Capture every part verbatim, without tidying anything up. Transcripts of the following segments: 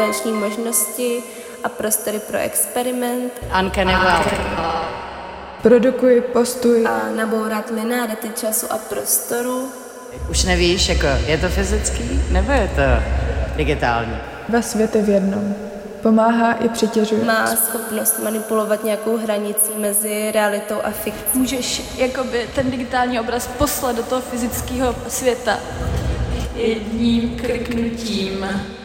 nekonvenční možnosti a prostory pro experiment. Uncanny Valley. Produkuj, postuj. A nabourat linearity času a prostoru. Už nevíš, jako je to fyzický, nebo je to digitální? Dva světy v jednom. Pomáhá i přitěžuje. Má schopnost manipulovat nějakou hranicí mezi realitou a fikcí. Můžeš jakoby ten digitální obraz poslat do toho fyzického světa jedním kliknutím.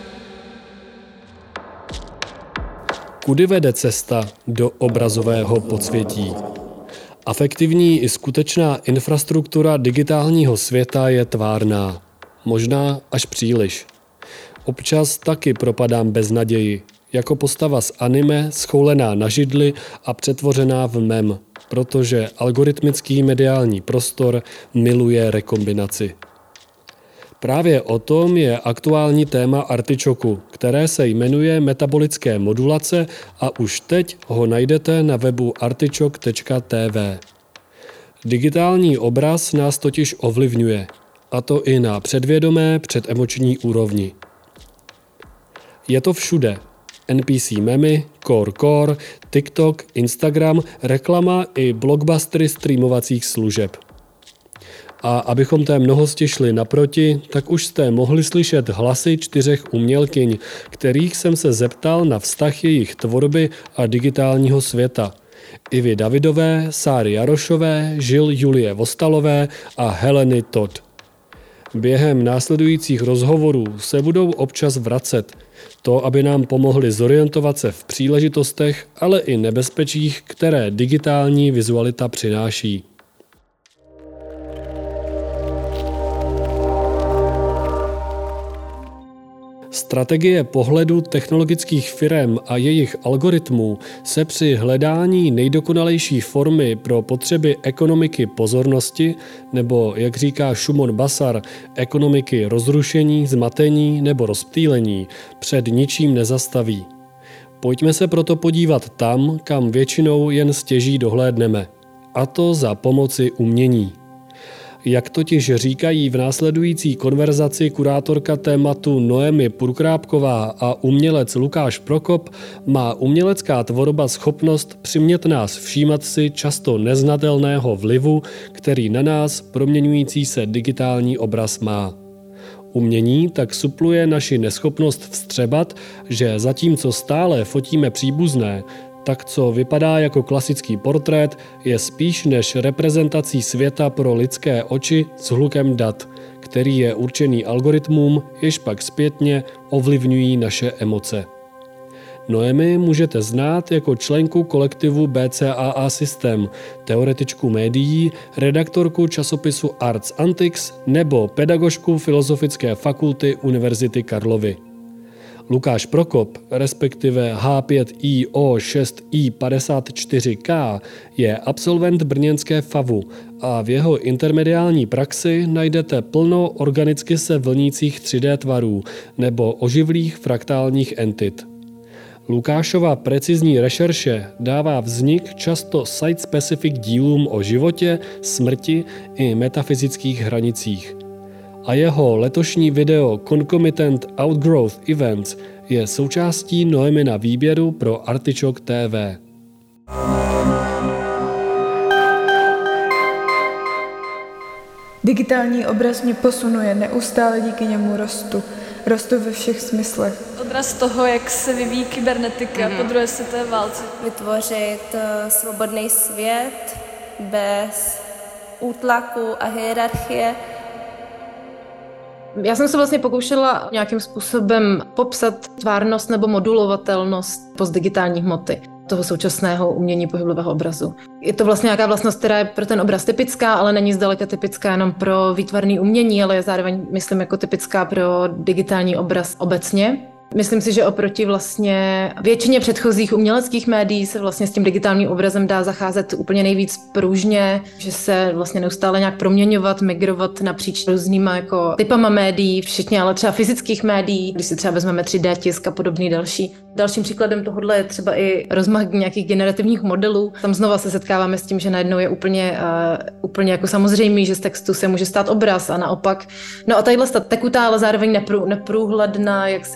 Kudy vede cesta do obrazového podsvětí? Afektivní i skutečná infrastruktura digitálního světa je tvárná. Možná až příliš. Občas taky propadám beznaději, jako postava z anime schoulená na židli a přetvořená v mem, protože algoritmický mediální prostor miluje rekombinaci. Právě o tom je aktuální téma Artičoku, které se jmenuje metabolické modulace a už teď ho najdete na webu artičok tečka té vé. Digitální obraz nás totiž ovlivňuje, a to i na předvědomé předemoční úrovni. Je to všude. N P C memy, Core Core, TikTok, Instagram, reklama i blockbustery streamovacích služeb. A abychom té mnohosti šli naproti, tak už jste mohli slyšet hlasy čtyřech umělkyň, kterých jsem se zeptal na vztah jejich tvorby a digitálního světa. Ivy Davidové, Sáry Jarošové, Žil Julie Vostalové a Heleny Todd. Během následujících rozhovorů se budou občas vracet. To, aby nám pomohli zorientovat se v příležitostech, ale i nebezpečích, které digitální vizualita přináší. Strategie pohledu technologických firem a jejich algoritmů se při hledání nejdokonalejší formy pro potřeby ekonomiky pozornosti, nebo, jak říká Šumon Basar, ekonomiky rozrušení, zmatení nebo rozptýlení, před ničím nezastaví. Pojďme se proto podívat tam, kam většinou jen stěží dohlédneme, a to za pomoci umění. Jak totiž říkají v následující konverzaci kurátorka tématu Noemi Purkrápková a umělec Lukáš Prokop, má umělecká tvorba schopnost přimět nás všímat si často neznatelného vlivu, který na nás proměňující se digitální obraz má. Umění tak supluje naši neschopnost vstřebat, že zatímco stále fotíme příbuzné, tak co vypadá jako klasický portrét, je spíš než reprezentací světa pro lidské oči s hlukem dat, který je určený algoritmům, jež pak zpětně ovlivňují naše emoce. Noemi můžete znát jako členku kolektivu B C A A System, teoretičku médií, redaktorku časopisu Arts Antics nebo pedagožku Filozofické fakulty Univerzity Karlovy. Lukáš Prokop, respektive H pět I O šest I padesát čtyři K, je absolvent brněnské FAVu a v jeho intermediální praxi najdete plno organicky se vlnících tři dé tvarů nebo oživlých fraktálních entit. Lukášova precizní rešerše dává vznik často site-specific dílům o životě, smrti i metafyzických hranicích. A jeho letošní video Concomitant Outgrowth Events je součástí Noemina výběru pro Artičok T V. Digitální obraz mě posunuje, neustále díky němu rostu. Rostu ve všech smyslech. Odraz toho, jak se vyvíjí kybernetika mm-hmm. po druhé světové válce. Vytvořit uh, svobodný svět bez útlaku a hierarchie. Já jsem se vlastně pokoušela nějakým způsobem popsat tvárnost nebo modulovatelnost postdigitální hmoty toho současného umění pohybového obrazu. Je to vlastně nějaká vlastnost, která je pro ten obraz typická, ale není zdaleka typická jenom pro výtvarné umění, ale je zároveň, myslím, jako typická pro digitální obraz obecně. Myslím si, že oproti vlastně většině předchozích uměleckých médií se vlastně s tím digitálním obrazem dá zacházet úplně nejvíc pružně, že se vlastně neustále nějak proměňovat, migrovat napříč různýma jako typama médií, včetně ale třeba fyzických médií, když si třeba vezmeme tři dé tisk a podobný další. Dalším příkladem tohohle je třeba i rozmach nějakých generativních modelů. Tam znova se setkáváme s tím, že najednou je úplně, uh, úplně jako samozřejmý, že z textu se může stát obraz a naopak. No a tadyhle ta tekutá, ale zároveň neprů, neprůhledná, jak si jako zahá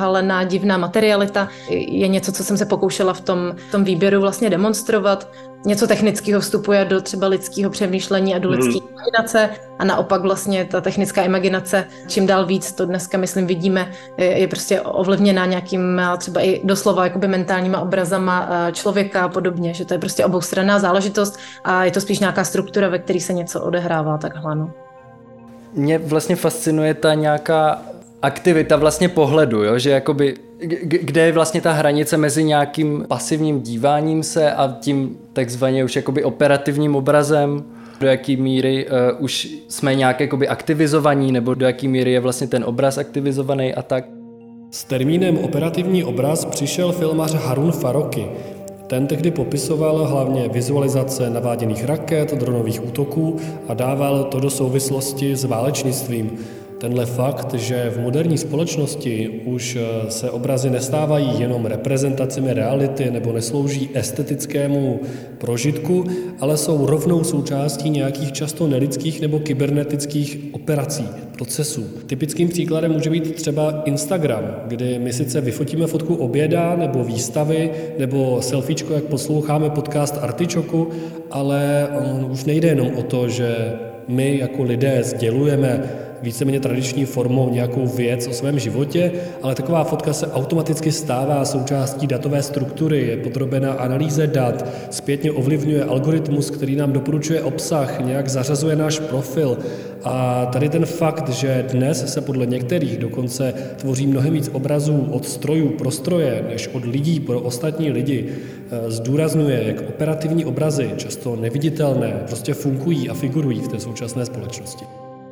zahalená divná materialita je něco, co jsem se pokoušela v tom, v tom výběru vlastně demonstrovat. Něco technického vstupuje do třeba lidského přemýšlení a do lidské mm. imaginace a naopak vlastně ta technická imaginace, čím dál víc, to dneska myslím vidíme, je, je prostě ovlivněná nějakým třeba i doslova jakoby mentálníma obrazama člověka a podobně, že to je prostě oboustranná záležitost a je to spíš nějaká struktura, ve které se něco odehrává takhle. No. Mě vlastně fascinuje ta nějaká aktivita vlastně pohledu, jo? Že jakoby, kde je vlastně ta hranice mezi nějakým pasivním díváním se a tím takzvaně už jakoby operativním obrazem, do jaký míry uh, už jsme nějak jakoby aktivizovaní, nebo do jaký míry je vlastně ten obraz aktivizovaný a tak. S termínem operativní obraz přišel filmař Harun Farocki. Ten tehdy popisoval hlavně vizualizace naváděných raket, dronových útoků a dával to do souvislosti s válečnictvím. Tenhle fakt, že v moderní společnosti už se obrazy nestávají jenom reprezentacemi reality nebo neslouží estetickému prožitku, ale jsou rovnou součástí nějakých často nelidských nebo kybernetických operací, procesů. Typickým příkladem může být třeba Instagram, kdy my sice vyfotíme fotku oběda nebo výstavy nebo selfiečko, jak posloucháme podcast Artičoku, ale on už nejde jenom o to, že my jako lidé sdělujeme víceméně tradiční formou nějakou věc o svém životě, ale taková fotka se automaticky stává součástí datové struktury, je podrobena analýze dat, zpětně ovlivňuje algoritmus, který nám doporučuje obsah, nějak zařazuje náš profil. A tady ten fakt, že dnes se podle některých dokonce tvoří mnohem víc obrazů od strojů pro stroje, než od lidí pro ostatní lidi, zdůrazňuje, jak operativní obrazy, často neviditelné, prostě fungují a figurují v té současné společnosti.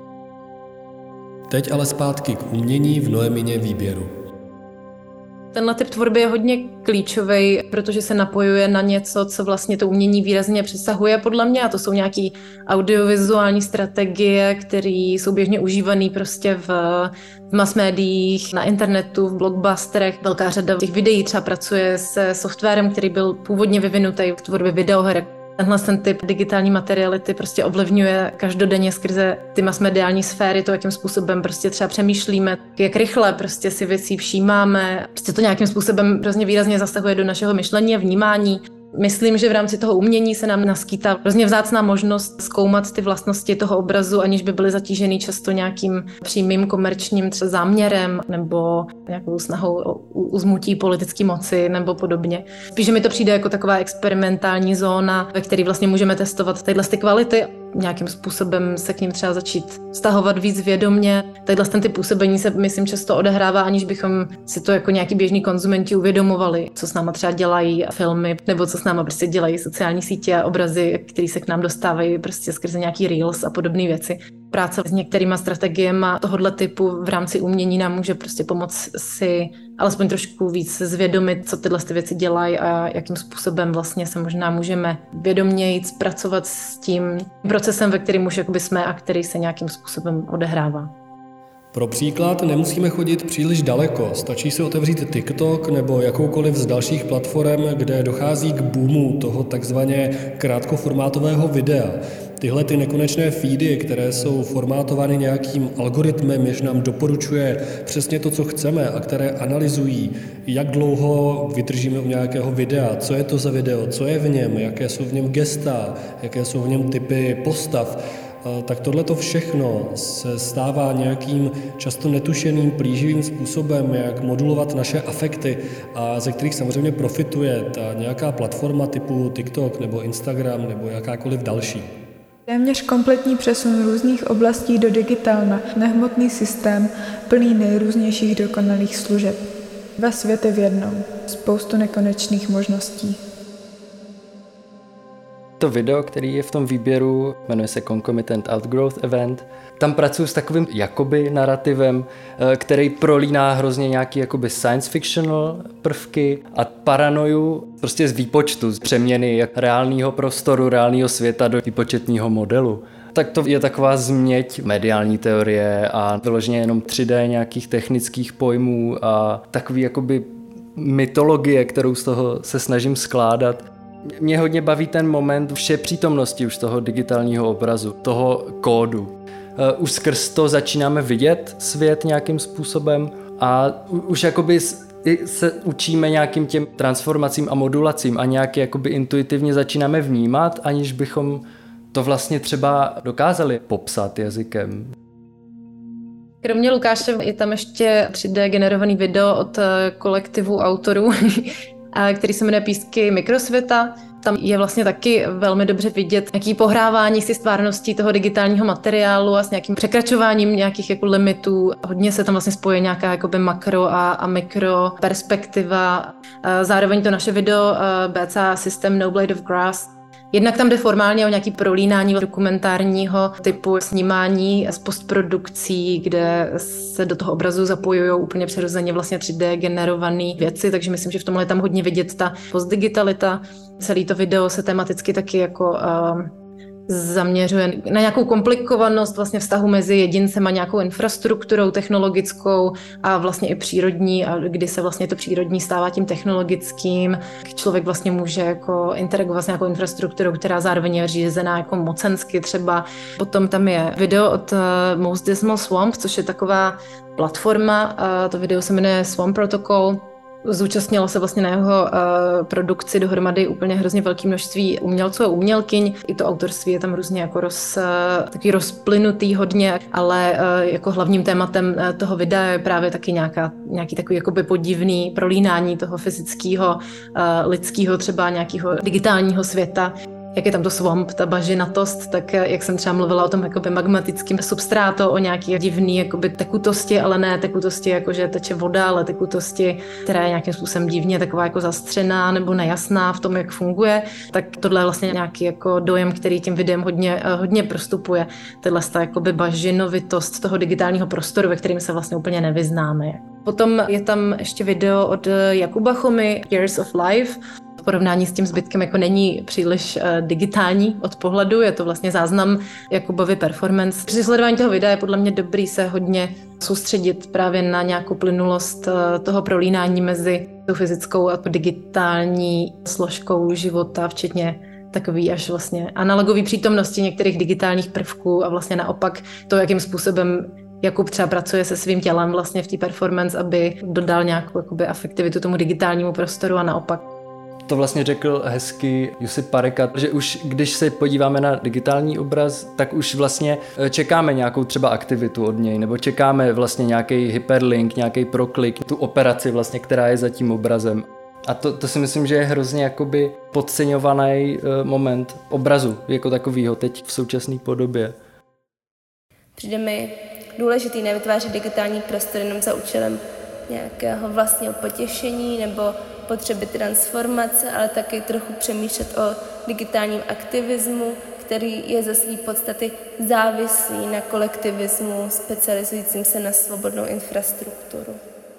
Teď ale zpátky k umění v Noemině výběru. Tenhle typ tvorby je hodně klíčový, protože se napojuje na něco, co vlastně to umění výrazně přesahuje podle mě, a to jsou nějaké audiovizuální strategie, které jsou běžně užívané prostě v, v mass médiích, na internetu, v blockbusterech. Velká řada těch videí třeba pracuje se softwarem, který byl původně vyvinutý v tvorbě videoher. Tenhle ten typ digitální materiality prostě ovlivňuje každodenně skrze ty masmediální sféry, to, jakým způsobem prostě třeba přemýšlíme, jak rychle prostě si věcí všímáme. Prostě to nějakým způsobem hrozně výrazně zasahuje do našeho myšlení a vnímání. Myslím, že v rámci toho umění se nám naskýtá hrozně vzácná možnost zkoumat ty vlastnosti toho obrazu, aniž by byly zatíženy často nějakým přímým komerčním třeba záměrem nebo nějakou snahou o uzmutí politické moci nebo podobně. Spíš, že mi to přijde jako taková experimentální zóna, ve které vlastně můžeme testovat tyhle ty kvality, nějakým způsobem se k ním třeba začít vztahovat víc vědomně. Tadyhle ten typ působení se, myslím, často odehrává, aniž bychom si to jako nějaký běžný konzumenti uvědomovali, co s náma třeba dělají filmy, nebo co s náma prostě dělají sociální sítě a obrazy, které se k nám dostávají prostě skrze nějaký reels a podobné věci. Práce s některýma strategiemi tohohle typu v rámci umění nám může prostě pomoct si alespoň trošku víc zvědomit, co tyhle ty věci dělají a jakým způsobem vlastně se možná můžeme vědoměji pracovat s tím procesem, ve kterém už jakoby jsme a který se nějakým způsobem odehrává. Pro příklad nemusíme chodit příliš daleko, stačí si otevřít TikTok nebo jakoukoliv z dalších platform, kde dochází k boomu toho takzvaně krátkoformátového videa. Tyhle ty nekonečné feedy, které jsou formátovány nějakým algoritmem, jež nám doporučuje přesně to, co chceme a které analyzují, jak dlouho vydržíme u nějakého videa, co je to za video, co je v něm, jaké jsou v něm gesta, jaké jsou v něm typy postav, tak tohleto všechno se stává nějakým často netušeným, plíživým způsobem, jak modulovat naše afekty a ze kterých samozřejmě profituje ta nějaká platforma typu TikTok nebo Instagram nebo jakákoliv další. Téměř kompletní přesun různých oblastí do digitálna, nehmotný systém, plný nejrůznějších dokonalých služeb. Dva světy v jednom, spoustu nekonečných možností. To video, který je v tom výběru, jmenuje se Concomitant Outgrowth Event. Tam pracuji s takovým jakoby narrativem, který prolíná hrozně nějaký jakoby science fictional prvky a paranoju prostě z výpočtu, z přeměny jak reálného prostoru, reálného světa do výpočetního modelu. Tak to je taková změť mediální teorie a vyloženě jenom tři dé nějakých technických pojmů a takový jakoby mytologie, kterou z toho se snažím skládat. Mě hodně baví ten moment vše přítomnosti už toho digitálního obrazu, toho kódu. Už skrz to začínáme vidět svět nějakým způsobem A už jakoby se učíme nějakým těm transformacím a modulacím a nějak jakoby intuitivně začínáme vnímat, aniž bychom to vlastně třeba dokázali popsat jazykem. Kromě Lukáše je tam ještě tři dé generovaný video od kolektivu autorů, který se jmenuje Písky mikrosvěta. Tam je vlastně taky velmi dobře vidět nějaký pohrávání si s tvárností toho digitálního materiálu a s nějakým překračováním nějakých jako limitů. Hodně se tam vlastně spojí nějaká jakoby makro a, a mikro perspektiva. Zároveň to naše video bé cé á System No Blade of Grass. Jednak tam jde formálně o nějaký prolínání dokumentárního typu snímání s postprodukcí, kde se do toho obrazu zapojují úplně přirozeně vlastně tři dé generované věci, takže myslím, že v tomhle je tam hodně vidět ta postdigitalita. Celé to video se tematicky taky jako uh, zaměřuje na nějakou komplikovanost vlastně vztahu mezi jedincem a nějakou infrastrukturou technologickou a vlastně i přírodní, a kdy se vlastně to přírodní stává tím technologickým. Člověk vlastně může jako interagovat s nějakou infrastrukturou, která zároveň je řízená jako mocensky třeba. Potom tam je video od Most Dismal Swamp, což je taková platforma, a to video se jmenuje Swamp Protocol. Zúčastnilo se vlastně na jeho uh, produkci dohromady úplně hrozně velké množství umělců a umělkyň. I to autorství je tam různě jako roz, uh, takový rozplynutý hodně, ale uh, jako hlavním tématem uh, toho videa je právě taky nějaká, nějaký takový jakoby podivný prolínání toho fyzického, uh, lidského, třeba nějakého digitálního světa. Jak je tam to swamp, ta bažinatost, tak jak jsem třeba mluvila o tom jakoby magmatickém substrátu, o nějaké divné jakoby tekutosti, ale ne tekutosti, jako že teče voda, ale tekutosti, která je nějakým způsobem divně taková jako zastřená nebo nejasná v tom, jak funguje, tak tohle je vlastně nějaký jako dojem, který tím videem hodně, hodně prostupuje. Tahle jakoby bažinovitost toho digitálního prostoru, ve kterým se vlastně úplně nevyznáme. Potom je tam ještě video od Jakuba Chomy, Years of Life. V porovnání s tím zbytkem jako není příliš uh, digitální od pohledu, je to vlastně záznam Jakubovy performance. Při sledování toho videa je podle mě dobrý se hodně soustředit právě na nějakou plynulost uh, toho prolínání mezi tou fyzickou a digitální složkou života, včetně takový až vlastně analogový přítomnosti některých digitálních prvků a vlastně naopak to, jakým způsobem Jakub třeba pracuje se svým tělem vlastně v té performance, aby dodal nějakou jakoby afektivitu tomu digitálnímu prostoru a naopak. To vlastně řekl hezky Jussi Parekat, že už když se podíváme na digitální obraz, tak už vlastně čekáme nějakou třeba aktivitu od něj, nebo čekáme vlastně nějaký hyperlink, nějaký proklik, tu operaci vlastně, která je za tím obrazem. A to, to si myslím, že je hrozně jakoby podceňovaný moment obrazu jako takovýho teď v současné podobě. Přijde mi důležitý nevytvářet digitální prostor jenom za účelem nějakého vlastního potěšení nebo potřeby transformace, ale taky trochu přemýšlet o digitálním aktivismu, který je ze své podstaty závislý na kolektivismu specializujícím se na svobodnou infrastrukturu.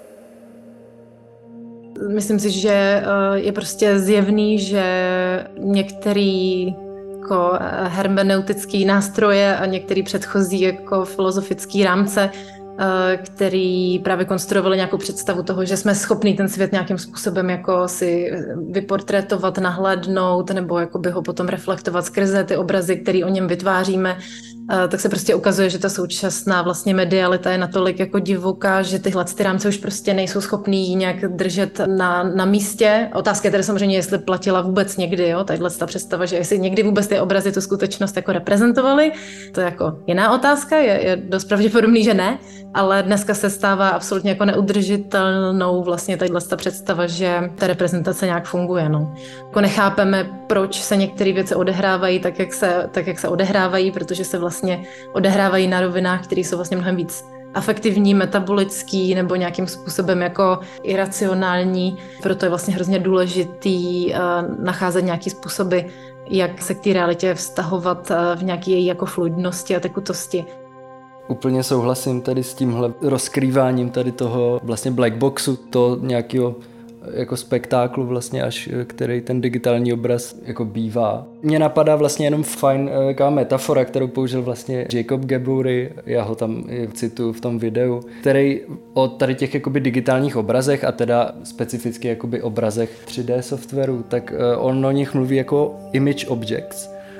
Myslím si, že je prostě zjevný, že některý jako hermeneutický nástroje a některý předchozí jako filozofický rámce, který právě konstruovali nějakou představu toho, že jsme schopní ten svět nějakým způsobem jako si vyportrétovat, nahlédnout nebo jakoby ho potom reflektovat skrze ty obrazy, které o něm vytváříme, tak se prostě ukazuje, že ta současná vlastně medialita je natolik jako divoká, že tyhle ty rámce už prostě nejsou schopný ji nějak držet na, na místě. Otázka je tedy samozřejmě, jestli platila vůbec někdy, jo, tadyhle ta představa, že jestli někdy vůbec ty obrazy tu skutečnost jako reprezentovaly, to je jako jiná otázka, je, je dost pravděpodobný, že ne, ale dneska se stává absolutně jako neudržitelnou vlastně tadyhle ta představa, že ta reprezentace nějak funguje, no. Jako nechápeme, proč se některé věci odehrávají tak, jak se, tak, jak se odehrávají, protože se vlastně vlastně odehrávají na rovinách, které jsou vlastně mnohem víc afektivní, metabolický nebo nějakým způsobem jako iracionální. Proto je vlastně hrozně důležitý uh, nacházet nějaký způsoby, jak se k té realitě vztahovat uh, v nějaké její jako fluidnosti a tekutosti. Úplně souhlasím tady s tímhle rozkrýváním tady toho vlastně black boxu, to nějakého jako spektáklu vlastně až, který ten digitální obraz jako bývá. Mně napadá vlastně jenom fajn jaká metafora, kterou použil vlastně Jacob Gebury, já ho tam cituju v tom videu, který o tady těch jakoby digitálních obrazech a teda specificky jakoby obrazech tři dé softwaru, tak on o nich mluví jako image objects.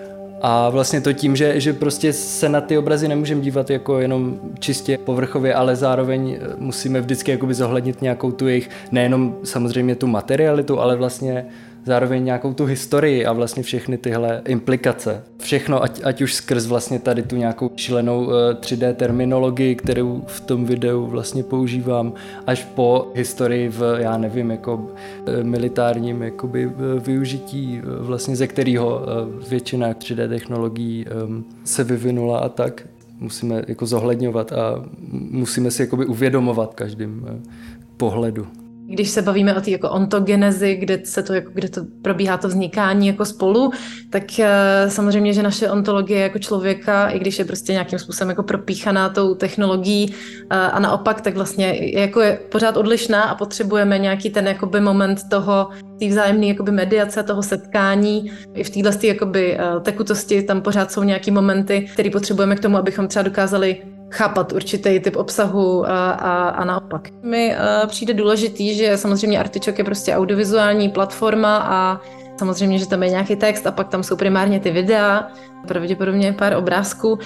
A vlastně to tím, že, že prostě se na ty obrazy nemůžeme dívat jako jenom čistě povrchově, ale zároveň musíme vždycky jakoby zohlednit nějakou tu jejich, nejenom samozřejmě tu materialitu, ale vlastně zároveň nějakou tu historii a vlastně všechny tyhle implikace. Všechno, ať, ať už skrz vlastně tady tu nějakou šílenou tři dé terminologii, kterou v tom videu vlastně používám, až po historii v, já nevím, jako militárním jakoby využití, vlastně ze kterého většina tři dé technologií se vyvinula a tak. Musíme jako zohledňovat a musíme si jakoby uvědomovat v každém pohledu. Když se bavíme o té jako ontogenezi, kde se to jako, kde to probíhá to vznikání jako spolu, tak uh, samozřejmě, že naše ontologie jako člověka, i když je prostě nějakým způsobem jako propíchaná tou technologií uh, a naopak, tak vlastně je, jako je pořád odlišná a potřebujeme nějaký ten jakoby moment toho, té vzájemné jakoby mediace, toho setkání. I v této jakoby uh, tekutosti tam pořád jsou nějaký momenty, které potřebujeme k tomu, abychom třeba dokázali chápat určitý typ obsahu a, a, a naopak. Mi uh, přijde důležitý, že samozřejmě Artičok je prostě audiovizuální platforma a samozřejmě, že tam je nějaký text a pak tam jsou primárně ty videa, pravděpodobně pár obrázků,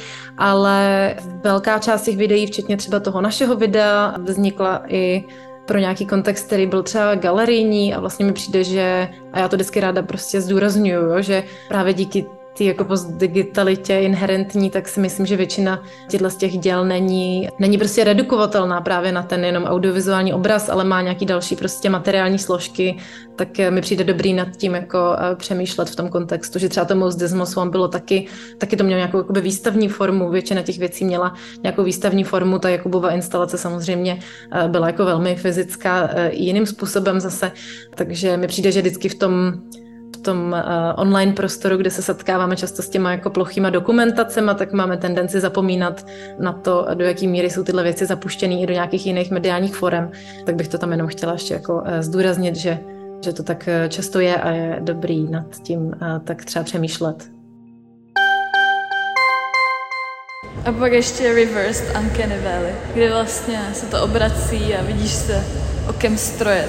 ale velká část těch videí, včetně třeba toho našeho videa, vznikla i pro nějaký kontext, který byl třeba galerijní a vlastně mi přijde, že, a já to vždycky ráda prostě zdůrazňuju, jo, že právě díky ty jako postdigitalitě inherentní, tak si myslím, že většina těchto z těch děl není, není prostě redukovatelná právě na ten jenom audiovizuální obraz, ale má nějaký další prostě materiální složky, tak mi přijde dobrý nad tím jako přemýšlet v tom kontextu, že třeba to Most Desmos One bylo taky, taky to mělo nějakou jakoby výstavní formu, většina těch věcí měla nějakou výstavní formu, ta Jakubova instalace samozřejmě byla jako velmi fyzická jiným způsobem zase, takže mi přijde, že vždycky v tom v tom uh, online prostoru, kde se setkáváme často s těma jako plochýma dokumentacema, tak máme tendenci zapomínat na to, do jaký míry jsou tyhle věci zapuštěný i do nějakých jiných mediálních forem. Tak bych to tam jenom chtěla ještě jako uh, zdůraznit, že, že to tak často je a je dobrý nad tím uh, tak třeba přemýšlet. A pak ještě Reversed Uncanny Valley, kde vlastně se to obrací a vidíš se okem stroje.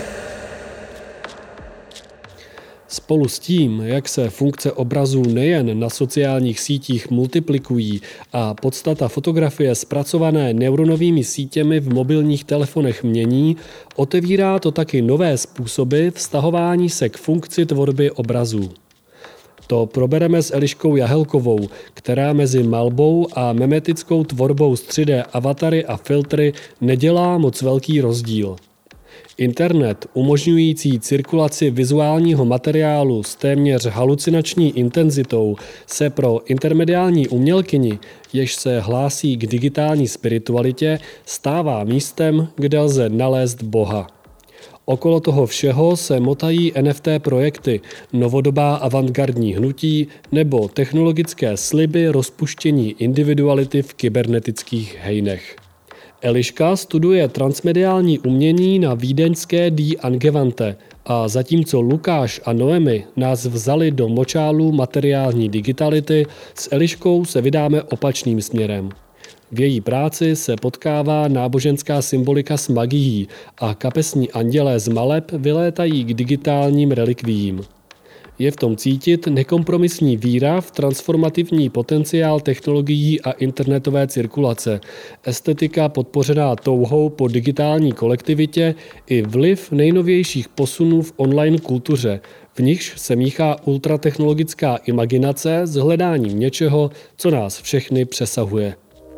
Spolu s tím, jak se funkce obrazů nejen na sociálních sítích multiplikují a podstata fotografie zpracované neuronovými sítěmi v mobilních telefonech mění, otevírá to taky nové způsoby vztahování se k funkci tvorby obrazů. To probereme s Eliškou Jahelkovou, která mezi malbou a memetickou tvorbou s tři dé avatary a filtry nedělá moc velký rozdíl. Internet, umožňující cirkulaci vizuálního materiálu s téměř halucinační intenzitou, se pro intermediální umělkyni, jež se hlásí k digitální spiritualitě, stává místem, kde lze nalézt Boha. Okolo toho všeho se motají N F T projekty, novodobá avantgardní hnutí nebo technologické sliby rozpuštění individuality v kybernetických hejnech. Eliška studuje transmediální umění na vídeňské Die Angewandte a zatímco Lukáš a Noemi nás vzali do močálu materiální digitality, s Eliškou se vydáme opačným směrem. V její práci se potkává náboženská symbolika s magií a kapesní andělé z maleb vylétají k digitálním relikviím. Je v tom cítit nekompromisní víra v transformativní potenciál technologií a internetové cirkulace, estetika podpořená touhou po digitální kolektivitě i vliv nejnovějších posunů v online kultuře, v nichž se míchá ultratechnologická imaginace s hledáním něčeho, co nás všechny přesahuje.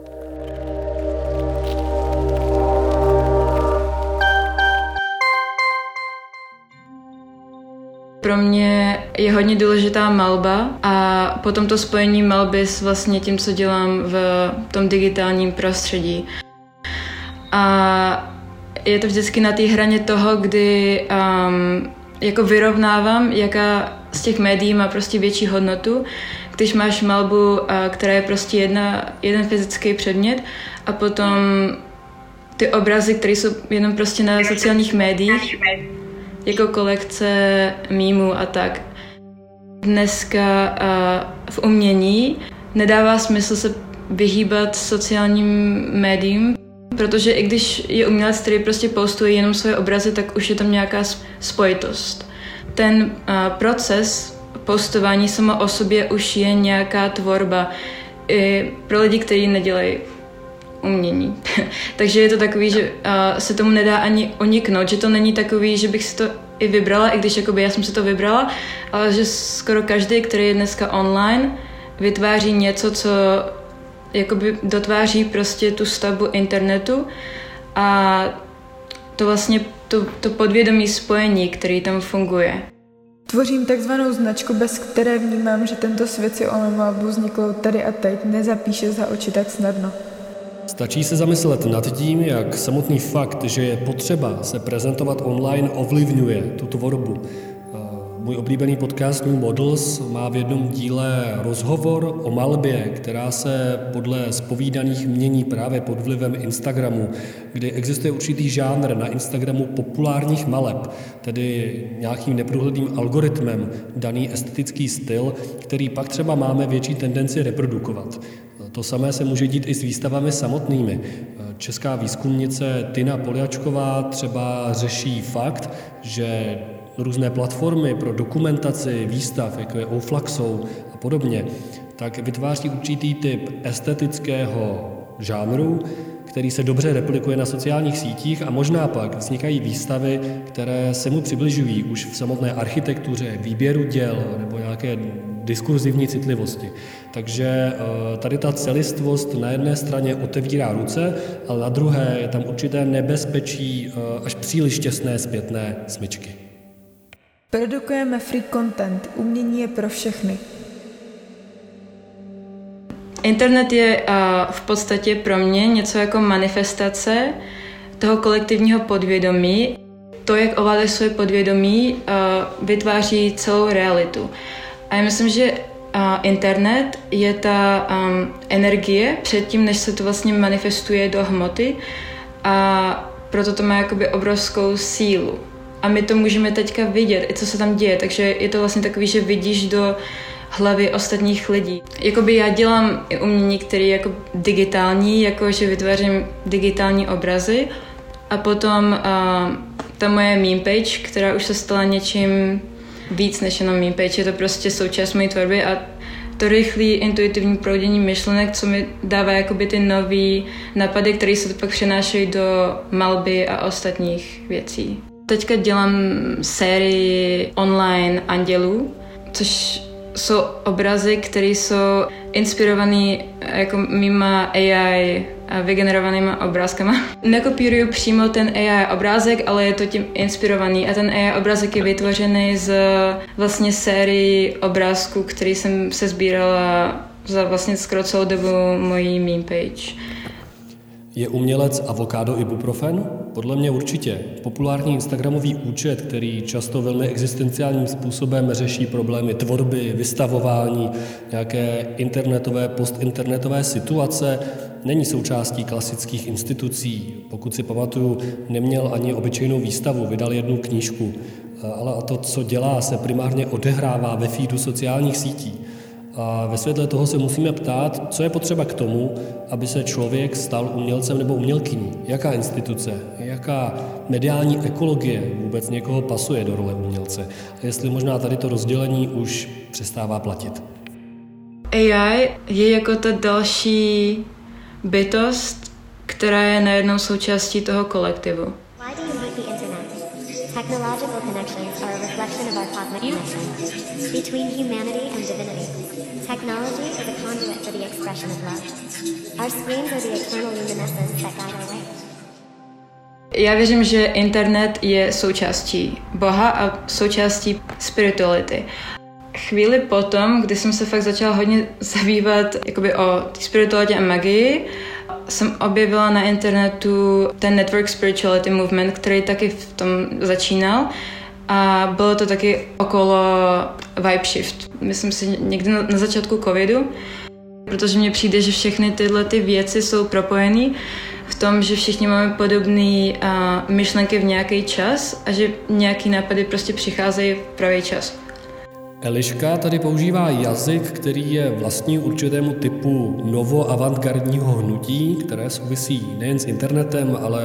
Pro mě je hodně důležitá malba a potom to spojení malby s vlastně tím, co dělám v tom digitálním prostředí. A je to vždycky na té hraně toho, kdy um, jako vyrovnávám, jaká z těch médií má prostě větší hodnotu, když máš malbu, která je prostě jedna, jeden fyzický předmět a potom ty obrazy, které jsou jenom prostě na sociálních médiích, jako kolekce mýmů a tak. Dneska uh, v umění nedává smysl se vyhýbat sociálním médiím, protože i když je umělec, který prostě postuje jenom svoje obrazy, tak už je tam nějaká spojitost. Ten uh, proces postování samo o sobě už je nějaká tvorba i pro lidi, kteří nedělají umění. Takže je to takový, že uh, se tomu nedá ani uniknout, že to není takový, že bych si to i vybrala, i když jakoby já jsem si to vybrala, ale že skoro každý, který je dneska online, vytváří něco, co jakoby dotváří prostě tu stavbu internetu a to vlastně to, to podvědomí spojení, který tam funguje. Tvořím takzvanou značku, bez které vnímám, že tento svět si o mém albu vzniklou tady a teď nezapíše za oči tak snadno. Stačí se zamyslet nad tím, jak samotný fakt, že je potřeba se prezentovat online, ovlivňuje tu tvorbu. Můj oblíbený podcast New Models má v jednom díle rozhovor o malbě, která se podle zpovídaných mění právě pod vlivem Instagramu, kdy existuje určitý žánr na Instagramu populárních maleb, tedy nějakým neprůhledným algoritmem daný estetický styl, který pak třeba máme větší tendenci reprodukovat. To samé se může dít i s výstavami samotnými. Česká výzkumnice Tina Poljačková třeba řeší fakt, že různé platformy pro dokumentaci výstav, jako je Oflaxou a podobně, tak vytváří určitý typ estetického žánru, který se dobře replikuje na sociálních sítích a možná pak vznikají výstavy, které se mu přibližují už v samotné architektuře, výběru děl nebo nějaké diskurzivní citlivosti. Takže tady ta celistvost na jedné straně otevírá ruce, ale na druhé je tam určité nebezpečí až příliš těsné zpětné smyčky. Produkujeme free content, umění je pro všechny. Internet je uh, v podstatě pro mě něco jako manifestace toho kolektivního podvědomí. To, jak ovládáš své podvědomí, uh, vytváří celou realitu. A já myslím, že uh, internet je ta um, energie předtím, než se to vlastně manifestuje do hmoty a proto to má jakoby obrovskou sílu. A my to můžeme teďka vidět, i co se tam děje, takže je to vlastně takový, že vidíš do hlavy ostatních lidí. Jakoby já dělám umění, který je jako digitální, jako že vytvářím digitální obrazy a potom uh, ta moje meme page, která už se stala něčím víc než jenom meme page, je to prostě součást mojí tvorby a to rychlé intuitivní proudění myšlenek, co mi dává jakoby ty nový nápady, které se pak přenášejí do malby a ostatních věcí. Teďka dělám sérii online andělů, což jsou obrazy, které jsou inspirované jako mýma A I a vygenerovanýma obrázkama. Nekopíruju přímo ten A I obrázek, ale je to tím inspirovaný a ten A I obrázek je vytvořený z vlastně sérii obrázků, který jsem se sbírala za vlastně skoro celou dobu mojí meme page. Je umělec avokádo ibuprofen? Podle mě určitě. Populární instagramový účet, který často velmi existenciálním způsobem řeší problémy tvorby, vystavování, nějaké internetové, postinternetové situace, není součástí klasických institucí. Pokud si pamatuju, neměl ani obyčejnou výstavu, vydal jednu knížku. Ale to, co dělá, se primárně odehrává ve feedu sociálních sítí. A ve světle toho se musíme ptát, co je potřeba k tomu, aby se člověk stal umělcem nebo umělkyní. Jaká instituce, jaká mediální ekologie vůbec někoho pasuje do role umělce. A jestli možná tady to rozdělení už přestává platit. A I je jako ta další bytost, která je najednou součástí toho kolektivu. Why do you hate the internet? Technological connections are a reflection of our cosmic connection between humanity and divinity. Technology is a conduit for the expression of love. Our screens are the eternal luminescence that guide our way. Já věřím, že internet je součástí Boha a součástí spirituality. Chvíli potom, kdy jsem se fakt začala hodně zabývat jakoby o spiritualitě a magii, jsem objevila na internetu ten Network Spirituality Movement, který taky v tom začínal. A bylo to taky okolo Vibe Shift. Myslím si někdy na, na začátku covidu, protože mně přijde, že všechny tyhle ty věci jsou propojený v tom, že všichni máme podobné uh, myšlenky v nějaký čas a že nějaký nápady prostě přicházejí v pravý čas. Eliška tady používá jazyk, který je vlastní určitému typu novoavantgardního hnutí, které souvisí nejen s internetem, ale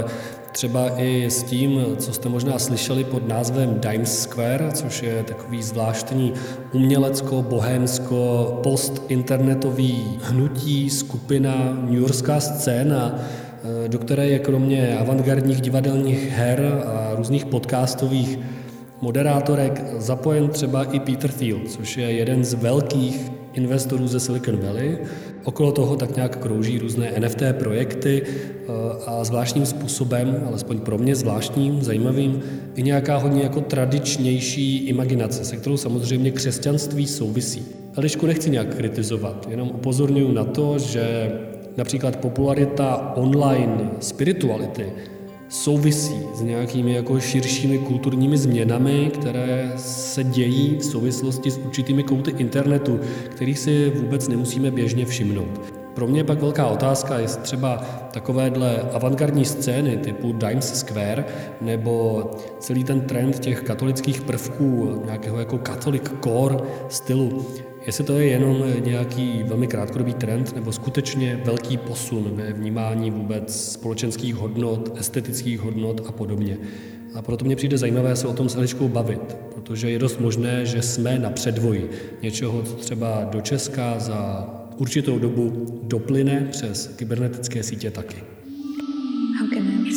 Třeba i s tím, co jste možná slyšeli pod názvem Dimes Square, což je takový zvláštní umělecko-bohémsko post-internetový hnutí, skupina, newyorská scéna, do které je kromě avantgardních divadelních her a různých podcastových moderátorek zapojen třeba i Peter Thiel, což je jeden z velkých investorů ze Silicon Valley. Okolo toho tak nějak krouží různé N F T projekty a zvláštním způsobem, alespoň pro mě zvláštním, zajímavým, i nějaká hodně jako tradičnější imaginace, se kterou samozřejmě křesťanství souvisí. Elišku nechci nějak kritizovat, jenom upozorňuji na to, že například popularita online spirituality souvisí s nějakými jako širšími kulturními změnami, které se dějí v souvislosti s určitými kouty internetu, kterých si vůbec nemusíme běžně všimnout. Pro mě je pak velká otázka, jestli třeba takovéhle avantgardní scény typu Dimes Square nebo celý ten trend těch katolických prvků, nějakého jako Catholic core stylu, jestli to je jenom nějaký velmi krátkodobý trend nebo skutečně velký posun ve vnímání vůbec společenských hodnot, estetických hodnot a podobně. A proto mě přijde zajímavé se o tom s Eliškou bavit, protože je dost možné, že jsme na předvoji něčeho, co třeba do Česka za určitou dobu doplyne přes kybernetické sítě taky. How can I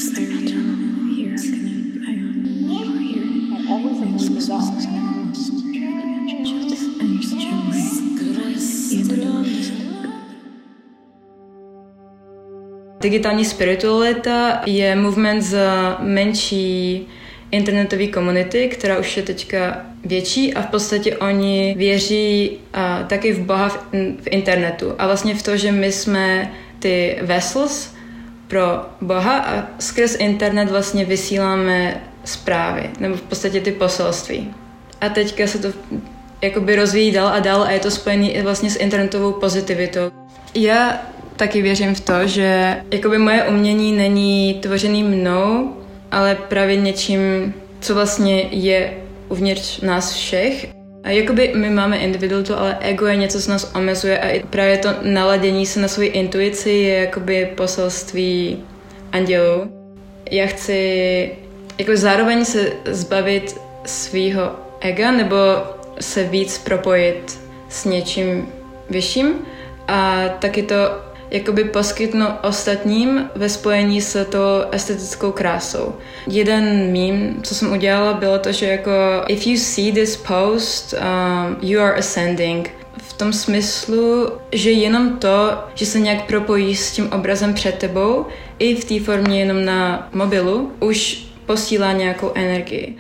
Digitální spiritualita je movement za menší internetové komunity, která už je teďka větší a v podstatě oni věří a, taky v Boha v, v internetu a vlastně v to, že my jsme ty vessels pro Boha a skrz internet vlastně vysíláme zprávy nebo v podstatě ty poselství. A teďka se to jakoby rozvíjí dál a dál a je to spojené vlastně s internetovou pozitivitou. Já taky věřím v to, že jakoby moje umění není tvořený mnou, ale právě něčím, co vlastně je uvnitř nás všech. A jakoby my máme individualitu, ale ego je něco, co nás omezuje a právě to naladění se na svou intuici je jakoby poselství andělů. Já chci jako zároveň se zbavit svýho ega nebo se víc propojit s něčím vyšším a taky to jakoby poskytnu ostatním ve spojení s tou estetickou krásou. Jeden meme, co jsem udělala, bylo to, že jako if you see this post, um, you are ascending. V tom smyslu, že jenom to, že se nějak propojí s tím obrazem před tebou, i v té formě jenom na mobilu, už posílá nějakou energii.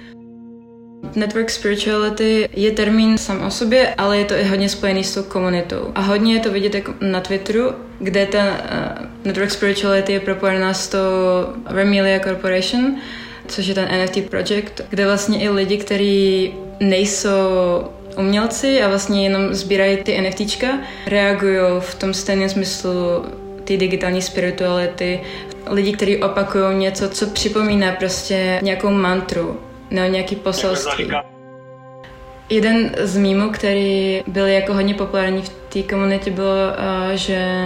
Network spirituality je termín sám o sobě, ale je to i hodně spojený s tou komunitou. A hodně je to vidět jako na Twitteru, kde ta uh, network spirituality je propojená s tou Remilia Corporation, což je ten N F T project, kde vlastně i lidi, kteří nejsou umělci a vlastně jenom sbírají ty NFTčka, reagují v tom stejném smyslu ty digitální spirituality. Lidi, kteří opakují něco, co připomíná prostě nějakou mantru, nebo nějaký poselství. Jeden z mýmů, který byl jako hodně populární v té komunitě, bylo, uh, že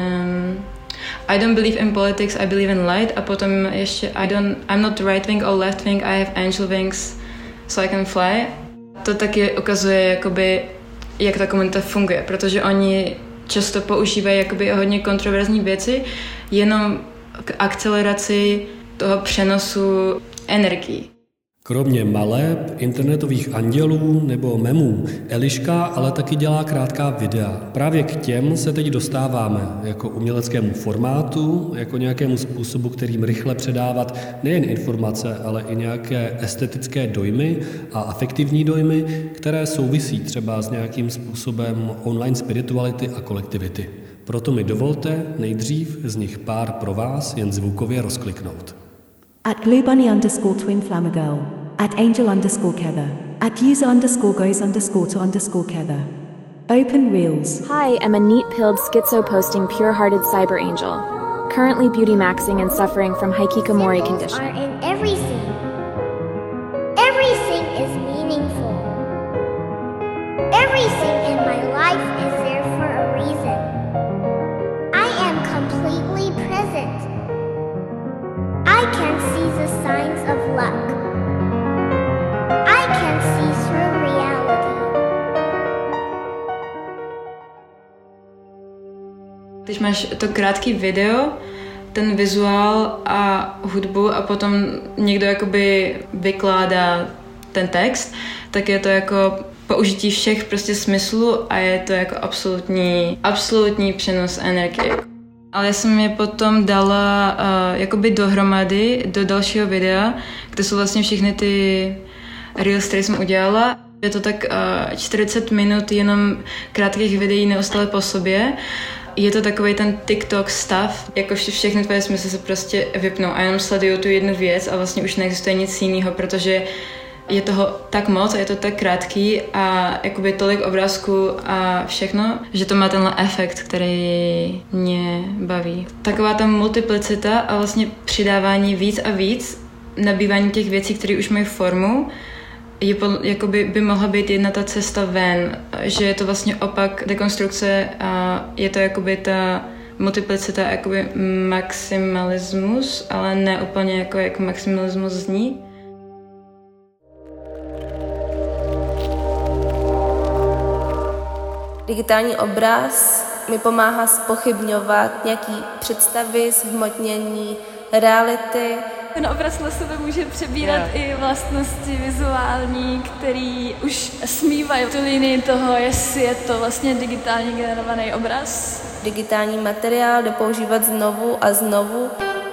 I don't believe in politics, I believe in light, a potom ještě I don't, I'm not right wing or left wing, I have angel wings, so I can fly. To taky ukazuje, jakoby, jak ta komunita funguje, protože oni často používají jakoby hodně kontroverzní věci jenom k akceleraci toho přenosu energií. Kromě maleb, internetových andělů nebo memů, Eliška ale taky dělá krátká videa. Právě k těm se teď dostáváme jako uměleckému formátu, jako nějakému způsobu, kterým rychle předávat nejen informace, ale i nějaké estetické dojmy a afektivní dojmy, které souvisí třeba s nějakým způsobem online spirituality a kolektivity. Proto mi dovolte nejdřív z nich pár pro vás jen zvukově rozkliknout. At bluebunny underscore twin flamagirl, at angel underscore Kether, at user underscore goes underscore to underscore Kether. Open Reels. Hi, I'm a neat-pilled schizo-posting pure-hearted cyber angel, currently beauty maxing and suffering from hikikomori condition. Are in everything. Everything is meaningful. Everything in my life is there for a reason. I am completely present. I can see the máš to krátký video, ten vizuál a hudbu a potom někdo jakoby vykládá ten text, tak je to jako použití všech prostě smyslů a je to jako absolutní, absolutní přenos energie. Ale já jsem je potom dala uh, jakoby dohromady do dalšího videa, kde jsou vlastně všechny ty reels, které jsem udělala. Je to tak uh, čtyřicet minut jenom krátkých videí neustále po sobě. Je to takový ten TikTok stav, jako vše, všechny tvoje smysly se prostě vypnou a jenom sledují tu jednu věc a vlastně už neexistuje nic jiného, protože je toho tak moc a je to tak krátký a jakoby tolik obrázků a všechno, že to má tenhle efekt, který mě baví. Taková ta multiplicita a vlastně přidávání víc a víc, nabývání těch věcí, které už mají formu, je, jakoby by mohla být jedna ta cesta ven, že je to vlastně opak dekonstrukce a je to jakoby ta multiplicita, jakoby maximalismus, ale ne úplně jako, jako maximalismus zní. Digitální obraz mi pomáhá zpochybňovat nějaké představy, zhmotnění reality. Ten obraz na sebe může přebírat yeah. i vlastnosti vizuální, který už smívají tu linii toho, jestli je to vlastně digitálně generovaný obraz. Digitální materiál jde používat znovu a znovu.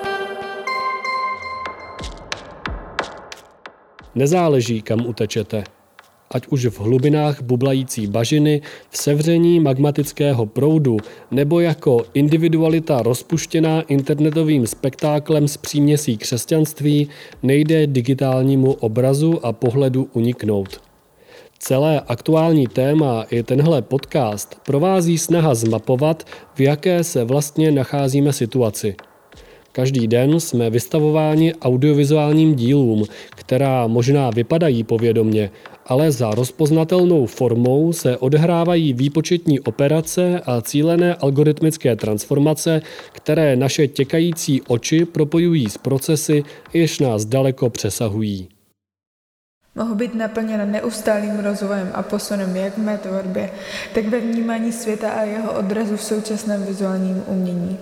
Nezáleží, kam utečete. Ať už v hlubinách bublající bažiny, v sevření magmatického proudu nebo jako individualita rozpuštěná internetovým spektáklem z příměsí křesťanství, nejde digitálnímu obrazu a pohledu uniknout. Celé aktuální téma i tenhle podcast provází snaha zmapovat, v jaké se vlastně nacházíme situaci. Každý den jsme vystavováni audiovizuálním dílům, která možná vypadají povědomně, ale za rozpoznatelnou formou se odehrávají výpočetní operace a cílené algoritmické transformace, které naše těkající oči propojují s procesy, jež nás daleko přesahují. Mohu být naplněna neustálým rozvojem a posunem jak v mé tvorbě, tak ve vnímání světa a jeho odrazu v současném vizuálním umění.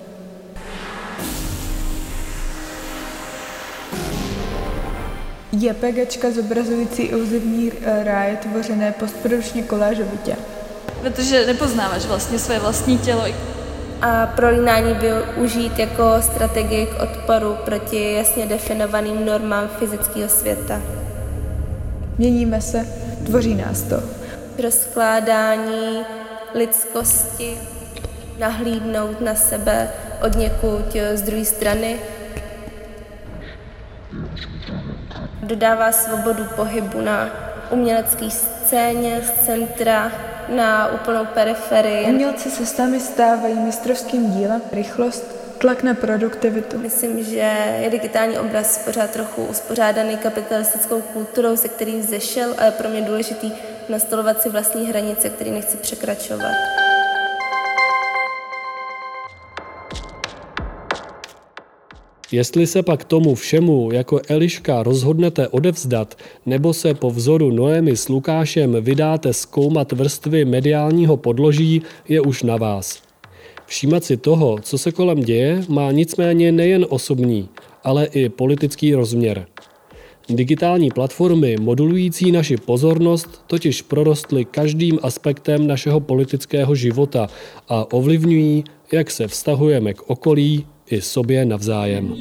JPGčka zobrazující iluzivní ráje tvořené postprodukčně kolážovitě. Protože nepoznáváš vlastně své vlastní tělo. A prolínání využít jako strategii k odporu proti jasně definovaným normám fyzického světa. Měníme se, tvoří nás to. Rozkládání lidskosti, nahlídnout na sebe od někud z druhé strany. Dodává svobodu pohybu na umělecké scéně, z centra na úplnou periferii. Umělci se sami stávají mistrovským dílem, rychlost, tlak na produktivitu. Myslím, že je digitální obraz pořád trochu uspořádaný kapitalistickou kulturou, ze který vzešel, a je pro mě důležitý nastolovat si vlastní hranice, které nechci překračovat. Jestli se pak tomu všemu jako Eliška rozhodnete odevzdat, nebo se po vzoru Noémy s Lukášem vydáte zkoumat vrstvy mediálního podloží, je už na vás. Všímat si toho, co se kolem děje, má nicméně nejen osobní, ale i politický rozměr. Digitální platformy modulující naši pozornost totiž prorostly každým aspektem našeho politického života a ovlivňují, jak se vztahujeme k okolí i sobě navzájem.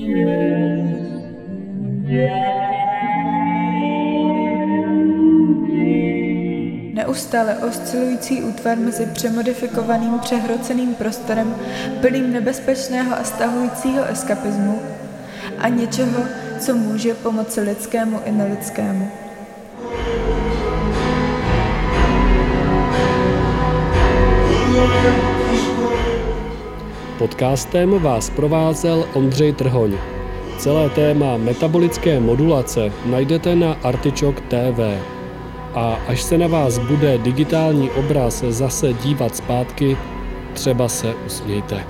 Neustále oscilující útvar mezi přemodifikovaným, přehroceným prostorem, plným nebezpečného a stahujícího eskapismu a něčeho, co může pomoci lidskému i nelidskému. Podcastem vás provázel Ondřej Trhoň. Celé téma metabolické modulace najdete na Artičok tečka té vé. A až se na vás bude digitální obraz zase dívat zpátky, třeba se usmějte.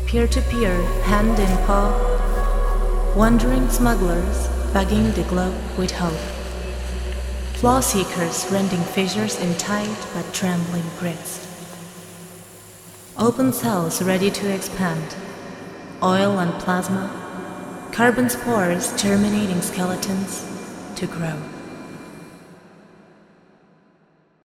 peer-to-peer, hand in paw, wandering smugglers bugging the globe with hope, flaw seekers rending fissures in tight but trembling grids, open cells ready to expand, oil and plasma, carbon spores germinating skeletons to grow.